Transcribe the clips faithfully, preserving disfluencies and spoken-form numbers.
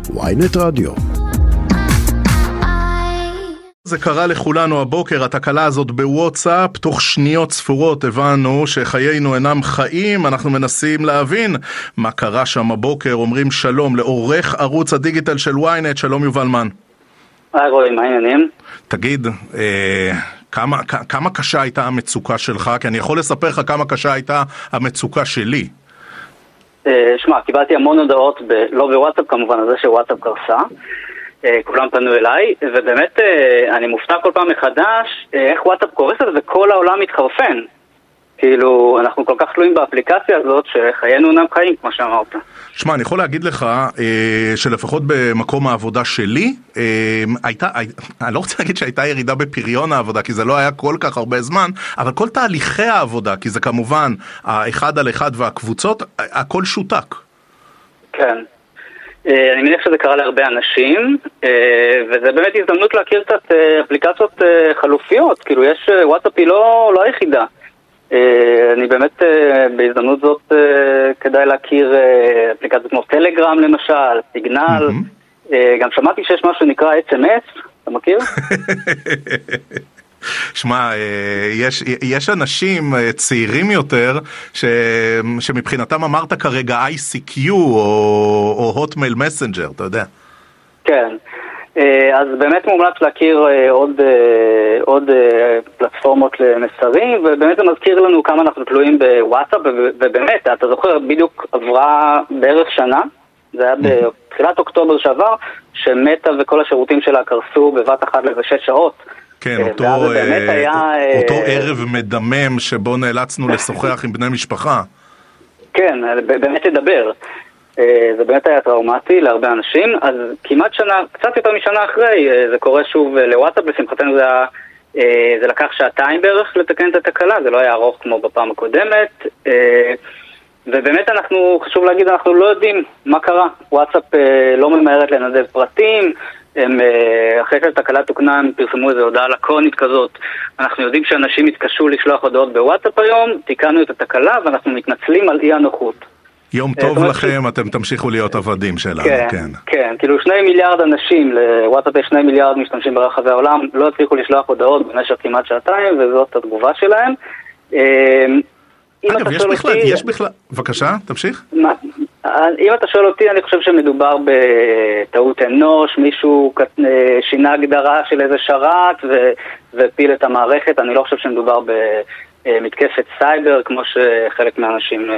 וויינט רדיו. זה קרה לכולנו הבוקר, התקלה הזאת בוואטסאפ, תוך שניות ספורות הבנו שחיינו אינם חיים, אנחנו מנסים להבין מה קרה שם הבוקר. אומרים שלום לעורך ערוץ הדיגיטל של וויינט, שלום יובל מן. היי רועי, מה העניינים? תגיד, אה, כמה, כמה קשה הייתה המצוקה שלך? כי אני יכול לספר לך כמה קשה הייתה המצוקה שלי. אה, שמע, קיבלתי המון הודעות, ב, לא בוואטסאפ כמובן, על זה שוואטסאפ קרסה. כולם פנו אליי, ובאמת אני מופתע כל פעם מחדש איך וואטסאפ קורס על זה וכל העולם מתחרפן. כאילו, אנחנו כל כך תלויים באפליקציה הזאת שחיינו אינם חיים, כמו שאמרת. שמע, אני יכול להגיד לך שלפחות במקום העבודה שלי, הייתה, אני לא רוצה להגיד שהייתה ירידה בפריון העבודה, כי זה לא היה כל כך הרבה זמן, אבל כל תהליכי העבודה, כי זה כמובן האחד על אחד והקבוצות, הכל שותק. כן. אני מניח שזה קרה להרבה אנשים, וזה באמת הזדמנות להכיר קצת אפליקציות חלופיות, כאילו יש, וואטסאפ היא לא, לא היחידה. אני באמת בהזדמנות זאת כדאי להכיר אפליקציות כמו טלגרם למשל, סיגנל, גם שמעתי שיש משהו שנקרא אס אם אס, אתה מכיר? שמע, יש, יש אנשים צעירים יותר ש, שמבחינתם אמרת כרגע איי סי קיו או, או Hotmail Messenger, אתה יודע. כן, אז באמת מומלץ להכיר עוד, עוד פלטפורמות למסרים, ובאמת זה מזכיר לנו כמה אנחנו תלויים בוואטסאפ, ובאמת, אתה זוכר, בדיוק עברה בערך שנה, זה היה בתחילת אוקטובר שעבר, שמטה וכל השירותים שלה קרסו בבת אחת לשש שעות. כן, אותו, היה, אותו ערב מדמם שבו נאלצנו לשוחח עם בני משפחה. כן, באמת לדבר. זה באמת היה טראומטי להרבה אנשים, אז כמעט שנה, קצת יותר משנה אחרי, זה קורה שוב לוואטסאפ, לשמחתנו זה, זה לקח שעתיים בערך לתקן את התקלה, זה לא היה ארוך כמו בפעם הקודמת, ובאמת אנחנו, חשוב להגיד, אנחנו לא יודעים מה קרה. וואטסאפ לא ממהרת לנדב פרטים, הם, אחרי שהתקלה תוקנה, הם פרסמו איזו הודעה לקונית כזאת. אנחנו יודעים שאנשים התקשו לשלוח הודעות בוואטסאפ היום, תיקנו את התקלה ואנחנו מתנצלים על אי הנוחות. יום טוב לכם, אתם תמשיכו להיות עבדים שלנו, כן. כן, כן, כאילו שני מיליארד אנשים, לוואטסאפ יש שני מיליארד משתמשים ברחבי העולם, לא הצליחו לשלוח הודעות במשך כמעט שעתיים, וזאת התגובה שלהם. אגב, יש בכלל, יש בכלל, בבקשה, תמשיך. אם אתה שואל אותי, אני חושב שמדובר בטעות אנוש, מישהו שינה הגדרה של איזה שרת ופיל את המערכת, אני לא חושב שמדובר במתקפת סייבר, כמו שחלק מהאנשים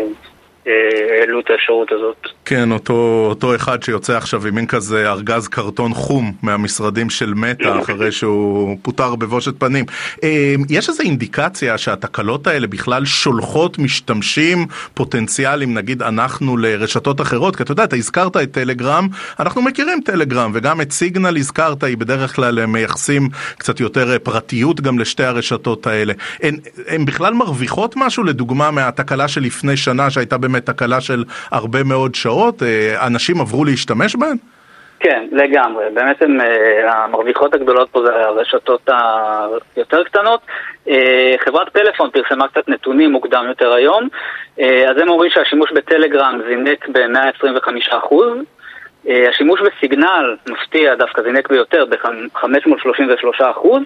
העלו את האפשרות הזאת. כן, אותו, אותו אחד שיוצא עכשיו עם מין כזה ארגז קרטון חום מהמשרדים של מטה, אחרי שהוא פוטר בבושת פנים. יש איזו אינדיקציה שהתקלות האלה בכלל שולחות משתמשים פוטנציאליים, נגיד אנחנו לרשתות אחרות, כי אתה יודע, אתה הזכרת את טלגרם, אנחנו מכירים טלגרם, וגם את סיגנל הזכרת, היא בדרך כלל מייחסים קצת יותר פרטיות גם לשתי הרשתות האלה. הן, הן בכלל מרוויחות משהו, לדוגמה מהתקלה של לפני שנה, שהייתה באמת תקלה של הרבה מאוד שעות, אנשים עברו להשתמש בהן? כן, לגמרי. באמת הם, המרוויחות הגדולות פה זה הרשתות היותר קטנות. חברת פלאפון פרסמה קצת נתונים מוקדם יותר היום, אז הם אומרים שהשימוש בטלגרם זינק ב-מאה עשרים וחמישה אחוז, השימוש בסיגנל מפתיע דווקא זינק ביותר ב-חמש מאות שלושים ושלושה אחוז,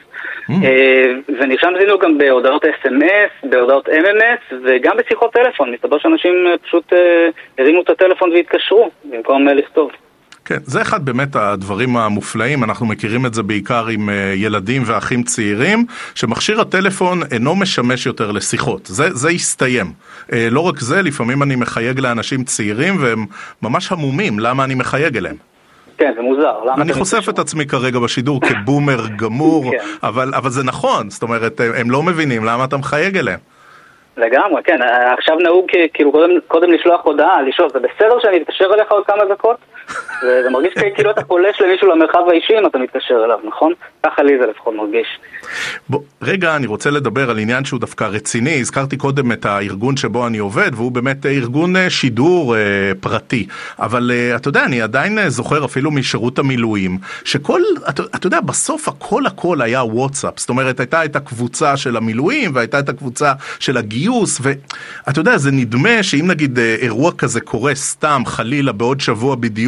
ונרשם זינוק גם בהודעות אס אם אס, בהודעות אם אם אס וגם בשיחות טלפון. מסתבר שאנשים פשוט הרימו את הטלפון והתקשרו במקום לכתוב. כן, זה אחד באמת הדברים המופלאים, אנחנו מכירים את זה בעיקר עם ילדים ואחים צעירים, שמכשיר הטלפון אינו משמש יותר לשיחות, זה, זה הסתיים. לא רק זה, לפעמים אני מחייג לאנשים צעירים והם ממש המומים, למה אני מחייג אליהם? כן, זה מוזר. אני חושף את עצמי כרגע בשידור כבומר גמור, אבל, אבל זה נכון, זאת אומרת, הם לא מבינים למה אתה מחייג אליהם. לגמרי, כן, עכשיו נהוג כאילו קודם, קודם לשלוח הודעה, לשאול, זה בסדר שאני אתקשר אליך עוד כמה דקות? זה מרגיש כאילו אתה פולש למישהו למרחב האישי אם אתה מתקשר אליו, נכון? ככה לי זה לפחות מרגיש. בוא, רגע, אני רוצה לדבר על עניין שהוא דווקא רציני. הזכרתי קודם את הארגון שבו אני עובד, והוא באמת ארגון שידור אה, פרטי. אבל אה, אתה יודע, אני עדיין זוכר אפילו משירות המילואים, שכל, אתה, אתה יודע, בסוף הכל הכל היה וואטסאפ. זאת אומרת, הייתה את הקבוצה של המילואים, והייתה את הקבוצה של הגיוס, ואתה יודע, זה נדמה שאם נגיד אירוע כזה קורה סתם, חלילה, בעוד שבוע בדיוק ביום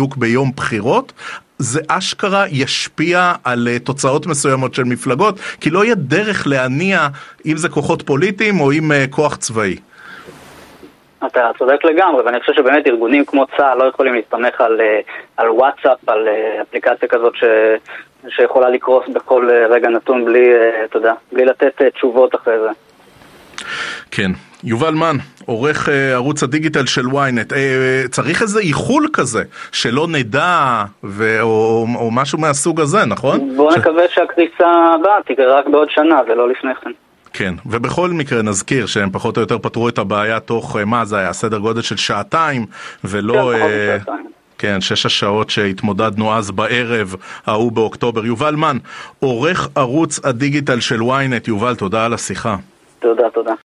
ביום בחירות, זה אשכרה ישפיע על תוצאות מסוימות של מפלגות, כי לא יהיה דרך להניע אם זה כוחות פוליטיים או אם כוח צבאי. אתה צודק לגמרי, ואני חושב שבאמת ארגונים כמו צה"ל לא יכולים להסתמך על, על וואטסאפ, על אפליקציה כזאת ש, שיכולה לקרוס בכל רגע נתון בלי, אתה יודע, בלי לתת תשובות אחרי זה. כן. יובל מן, עורך ערוץ הדיגיטל של וויינט, צריך איזה איחול כזה, שלא נדע, ו... או, או משהו מהסוג הזה, נכון? בוא נקווה שהקריסה הבאה תקרה רק בעוד שנה, ולא לפני כן. כן, ובכל מקרה נזכיר שהם פחות או יותר פתרו את הבעיה תוך, מה זה היה, סדר גודל של שעתיים, ולא... כן, פחות אה... שעתיים. כן, שש השעות שהתמודדנו אז בערב, ההוא באוקטובר. יובל מן, עורך ערוץ הדיגיטל של וויינט, יובל, תודה על השיחה. תודה, תודה.